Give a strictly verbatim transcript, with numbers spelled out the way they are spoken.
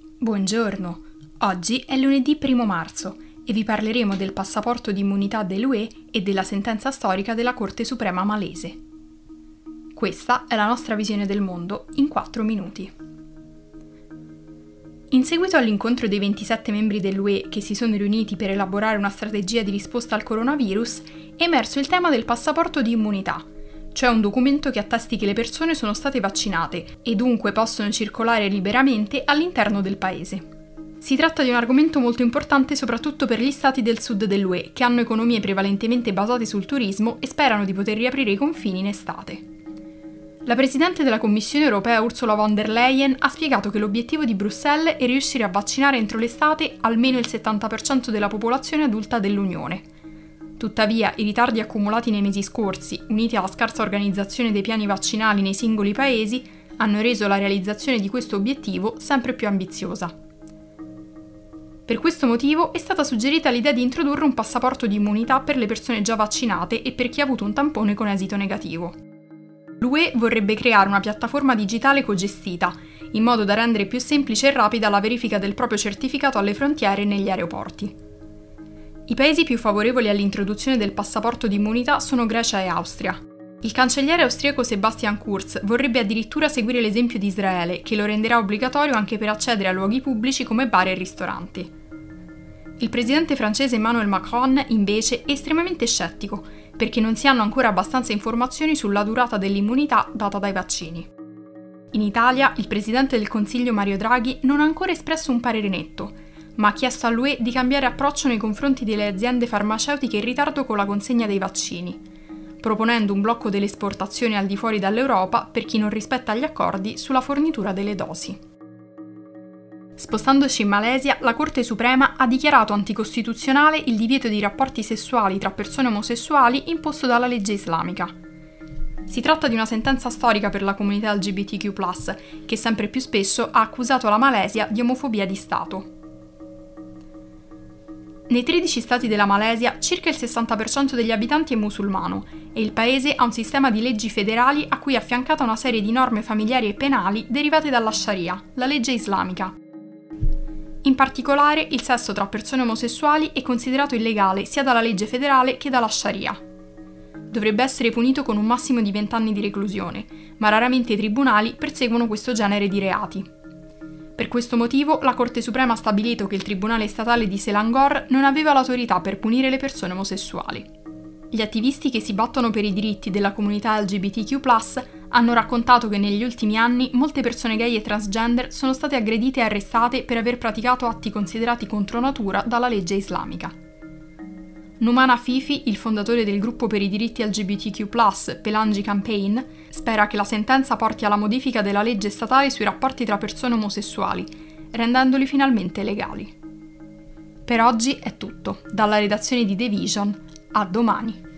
Buongiorno, oggi è lunedì primo marzo e vi parleremo del passaporto di immunità dell'U E e della sentenza storica della Corte Suprema malese. Questa è la nostra visione del mondo in quattro minuti. In seguito all'incontro dei ventisette membri dell'U E che si sono riuniti per elaborare una strategia di risposta al coronavirus, è emerso il tema del passaporto di immunità, cioè un documento che attesti che le persone sono state vaccinate e dunque possono circolare liberamente all'interno del paese. Si tratta di un argomento molto importante soprattutto per gli stati del sud dell'U E, che hanno economie prevalentemente basate sul turismo e sperano di poter riaprire i confini in estate. La Presidente della Commissione europea Ursula von der Leyen ha spiegato che l'obiettivo di Bruxelles è riuscire a vaccinare entro l'estate almeno il settanta per cento della popolazione adulta dell'Unione. Tuttavia, i ritardi accumulati nei mesi scorsi, uniti alla scarsa organizzazione dei piani vaccinali nei singoli paesi, hanno reso la realizzazione di questo obiettivo sempre più ambiziosa. Per questo motivo è stata suggerita l'idea di introdurre un passaporto di immunità per le persone già vaccinate e per chi ha avuto un tampone con esito negativo. L'U E vorrebbe creare una piattaforma digitale cogestita, in modo da rendere più semplice e rapida la verifica del proprio certificato alle frontiere e negli aeroporti. I paesi più favorevoli all'introduzione del passaporto di immunità sono Grecia e Austria. Il cancelliere austriaco Sebastian Kurz vorrebbe addirittura seguire l'esempio di Israele, che lo renderà obbligatorio anche per accedere a luoghi pubblici come bar e ristoranti. Il presidente francese Emmanuel Macron, invece, è estremamente scettico, perché non si hanno ancora abbastanza informazioni sulla durata dell'immunità data dai vaccini. In Italia, il presidente del Consiglio Mario Draghi non ha ancora espresso un parere netto, ma ha chiesto all'U E di cambiare approccio nei confronti delle aziende farmaceutiche in ritardo con la consegna dei vaccini, proponendo un blocco delle esportazioni al di fuori dall'Europa per chi non rispetta gli accordi sulla fornitura delle dosi. Spostandoci in Malesia, la Corte Suprema ha dichiarato anticostituzionale il divieto di rapporti sessuali tra persone omosessuali imposto dalla legge islamica. Si tratta di una sentenza storica per la comunità L G B T Q plus, che sempre più spesso ha accusato la Malesia di omofobia di Stato. Nei tredici stati della Malesia, circa il sessanta per cento degli abitanti è musulmano e il paese ha un sistema di leggi federali a cui è affiancata una serie di norme familiari e penali derivate dalla Sharia, la legge islamica. In particolare, il sesso tra persone omosessuali è considerato illegale sia dalla legge federale che dalla Sharia. Dovrebbe essere punito con un massimo di venti anni di reclusione, ma raramente i tribunali perseguono questo genere di reati. Per questo motivo, la Corte Suprema ha stabilito che il Tribunale statale di Selangor non aveva l'autorità per punire le persone omosessuali. Gli attivisti che si battono per i diritti della comunità L G B T Q plus, hanno raccontato che negli ultimi anni molte persone gay e transgender sono state aggredite e arrestate per aver praticato atti considerati contro natura dalla legge islamica. Numan Afifi, il fondatore del gruppo per i diritti L G B T Q plus, Pelangi Campaign, spera che la sentenza porti alla modifica della legge statale sui rapporti tra persone omosessuali, rendendoli finalmente legali. Per oggi è tutto, dalla redazione di The Vision, a domani.